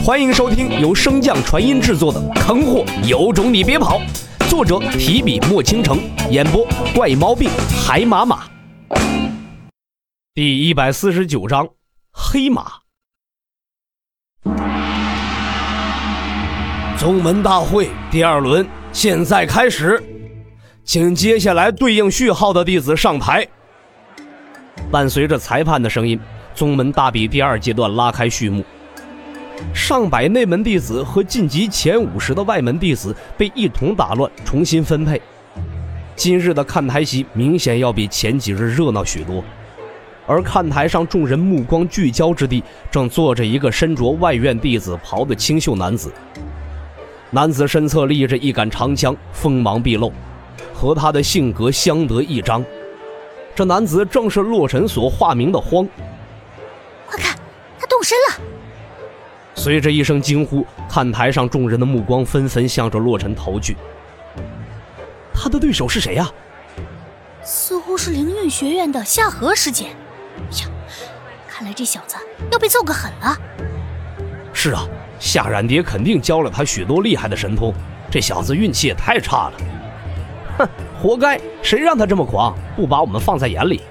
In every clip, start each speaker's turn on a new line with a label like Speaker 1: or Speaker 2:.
Speaker 1: 欢迎收听由升降传音制作的《坑货有种你别跑》，作者提笔墨倾城，演播怪毛病海马马。第149章黑马。宗门大会第2轮现在开始，请接下来对应序号的弟子上台。伴随着裁判的声音，宗门大比第2阶段拉开序幕。上百内门弟子和晋级前50的外门弟子被一同打乱，重新分配。今日的看台席明显要比前几日热闹许多，而看台上众人目光聚焦之地，正坐着一个身着外院弟子袍的清秀男子。男子身侧立着一杆长枪，锋芒毕露，和他的性格相得益彰。这男子正是洛尘所化名的荒。
Speaker 2: 快看，他动身了！
Speaker 1: 随着一声惊呼，看台上众人的目光纷纷向着洛尘投去。他的对手是谁呀？
Speaker 2: 似乎是灵韵学院的夏荷师姐。呀，看来这小子要被揍个狠了。
Speaker 1: 是啊，夏冉蝶肯定教了他许多厉害的神通，这小子运气也太差了。哼，活该，谁让他这么狂，不把我们放在眼里。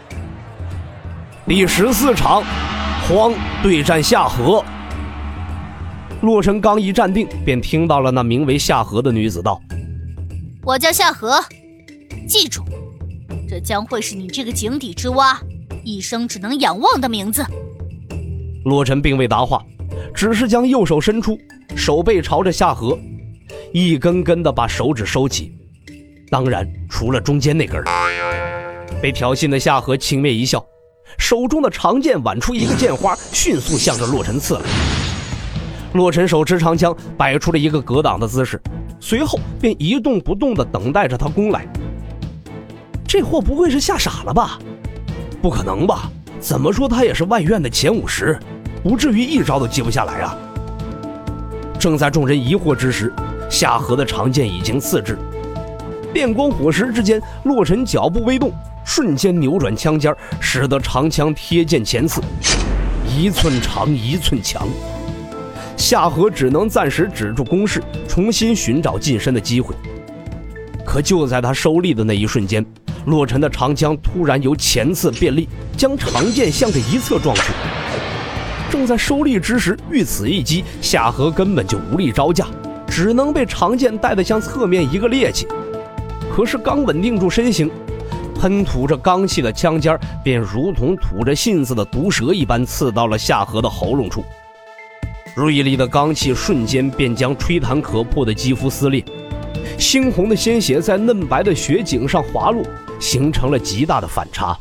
Speaker 1: 第14场，荒对战夏荷。洛尘刚一站定，便听到了那名为夏荷的女子道：
Speaker 2: 我叫夏荷，记住，这将会是你这个井底之蛙一生只能仰望的名字。
Speaker 1: 洛尘并未答话，只是将右手伸出，手背朝着夏荷，一根根地把手指收起，当然除了中间那根。被挑衅的夏荷轻蔑一笑，手中的长剑挽出一个剑花，迅速向着洛尘刺来。洛尘手持长枪，摆出了一个格挡的姿势，随后便一动不动地等待着他攻来。这货不会是吓傻了吧？不可能吧？怎么说他也是外院的前50，不至于一招都接不下来啊！正在众人疑惑之时，夏荷的长剑已经刺至。电光火石之间，洛尘脚步微动，瞬间扭转枪尖，使得长枪贴剑前刺，1寸长1寸强。夏荷只能暂时止住攻势，重新寻找近身的机会。可就在他收力的那一瞬间，洛尘的长枪突然由前刺变力，将长剑向着一侧撞去。正在收力之时，遇此一击，夏荷根本就无力招架，只能被长剑带得向侧面一个趔趄。可是刚稳定住身形，喷吐着罡气的枪尖便如同吐着信子的毒蛇一般刺到了夏荷的喉咙处。锐利的罡气瞬间便将吹弹可破的肌肤撕裂，猩红的鲜血在嫩白的血颈上滑落，形成了极大的反差。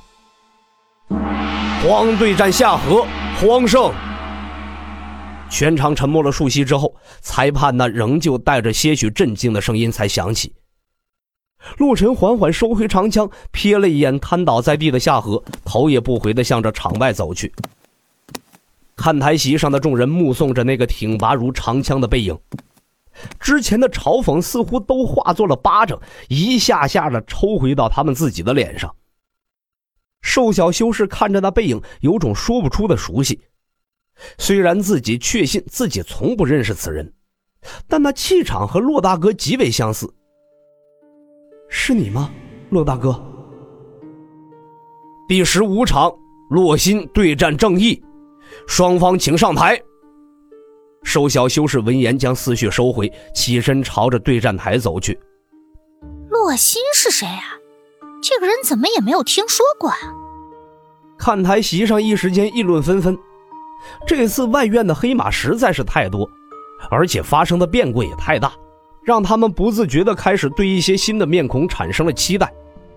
Speaker 1: 荒对战夏荷，荒胜。全场沉默了数息之后，裁判那仍旧带着些许震惊的声音才响起。洛尘缓缓收回长枪，瞥了一眼瘫倒在地的夏荷，头也不回地向着场外走去。看台席上的众人目送着那个挺拔如长枪的背影，之前的嘲讽似乎都化作了巴掌，一下下的抽回到他们自己的脸上。瘦小修士看着那背影，有种说不出的熟悉。虽然自己确信自己从不认识此人，但那气场和骆大哥极为相似。是你吗，骆大哥？第15场，洛心对战正义，双方请上台。瘦小修士闻言将思绪收回，起身朝着对战台走去。
Speaker 2: 洛心是谁啊？这个人怎么也没有听说过啊？
Speaker 1: 看台席上一时间议论纷纷。这次外院的黑马实在是太多，而且发生的变故也太大，让他们不自觉地开始对一些新的面孔产生了期待。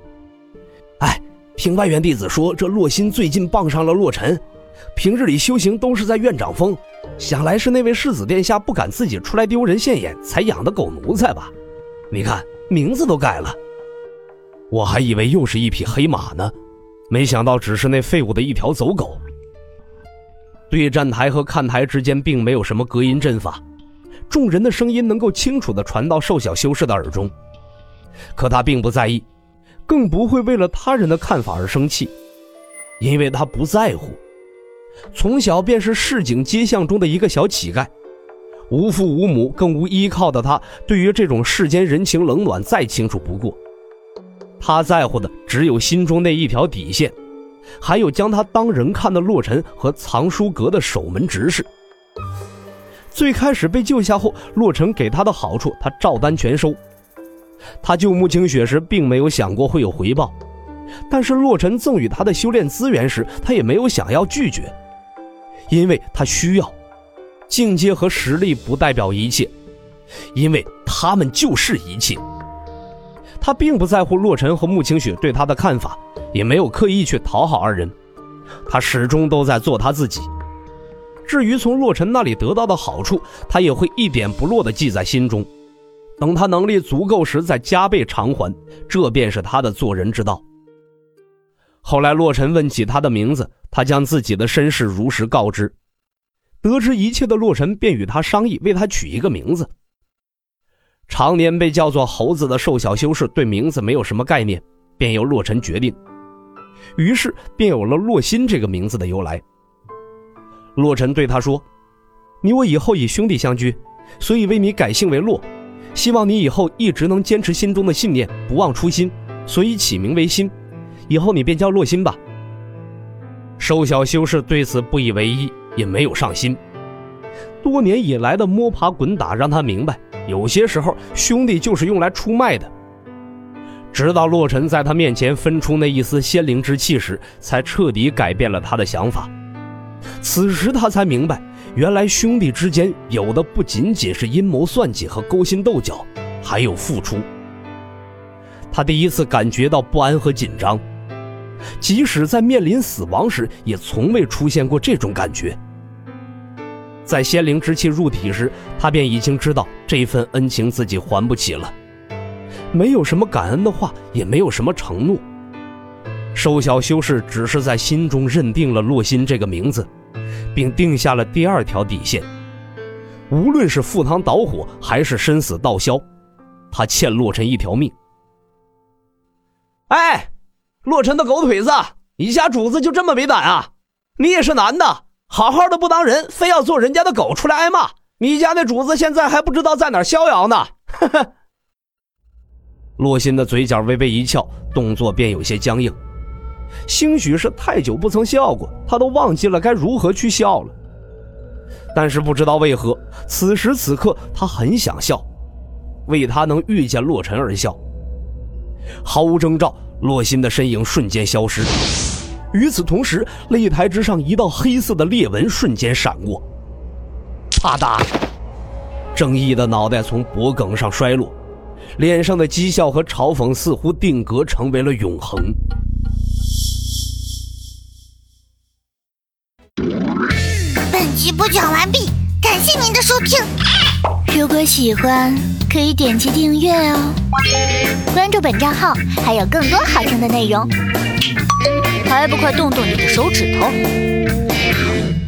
Speaker 1: 听外院弟子说，这洛心最近傍上了洛尘，平日里修行都是在院长峰，想来是那位世子殿下不敢自己出来丢人现眼，才养的狗奴才吧？你看名字都改了。我还以为又是一匹黑马呢，没想到只是那废物的一条走狗。对战台和看台之间并没有什么隔音阵法，众人的声音能够清楚地传到瘦小修士的耳中。可他并不在意，更不会为了他人的看法而生气，因为他不在乎。从小便是市井街巷中的一个小乞丐， 无父无母更无依靠的他，对于这种世间人情冷暖再清楚不过。他在乎的只有心中那一条底线，还有将他当人看的洛尘和藏书阁的守门执事。最开始被救下后，洛尘给他的好处他照单全收。他救穆清雪时并没有想过会有回报，但是洛尘赠予他的修炼资源时，他也没有想要拒绝，因为他需要。境界和实力不代表一切，因为他们就是一切。他并不在乎洛尘和穆清雪对他的看法，也没有刻意去讨好二人，他始终都在做他自己。至于从洛尘那里得到的好处，他也会一点不落地记在心中，等他能力足够时再加倍偿还，这便是他的做人之道。后来洛尘问起他的名字，他将自己的身世如实告知。得知一切的洛尘便与他商议为他取一个名字。常年被叫做猴子的瘦小修士对名字没有什么概念，便由洛尘决定，于是便有了洛心这个名字的由来。洛尘对他说，你我以后以兄弟相居，所以为你改姓为洛，希望你以后一直能坚持心中的信念，不忘初心，所以起名为心，以后你便叫洛心吧。瘦小修士对此不以为意，也没有上心。多年以来的摸爬滚打让他明白，有些时候兄弟就是用来出卖的。直到洛尘在他面前分出那一丝仙灵之气时，才彻底改变了他的想法。此时他才明白，原来兄弟之间有的不仅仅是阴谋算计和勾心斗角，还有付出。他第一次感觉到不安和紧张，即使在面临死亡时，也从未出现过这种感觉。在仙灵之气入体时，他便已经知道这份恩情自己还不起了，没有什么感恩的话，也没有什么承诺。瘦小修士只是在心中认定了洛心这个名字，并定下了第二条底线，无论是赴汤蹈火还是生死道消，他欠洛尘一条命。哎，洛尘的狗腿子，你家主子就这么没胆啊？你也是男的，好好的不当人，非要做人家的狗出来挨骂，你家那主子现在还不知道在哪儿逍遥呢。呵呵。洛心的嘴角微微一翘，动作便有些僵硬，兴许是太久不曾笑过，他都忘记了该如何去笑了。但是不知道为何，此时此刻他很想笑，为他能遇见洛尘而笑。毫无征兆，洛心的身影瞬间消失，与此同时，擂台之上一道黑色的裂纹瞬间闪过，啪嗒，正义的脑袋从脖梗上摔落，脸上的讥笑和嘲讽似乎定格成为了永恒。
Speaker 3: 本集播讲完毕，感谢您的收听。
Speaker 2: 如果喜欢，可以点击订阅哦，关注本账号，还有更多好听的内容。还不快动动你的手指头！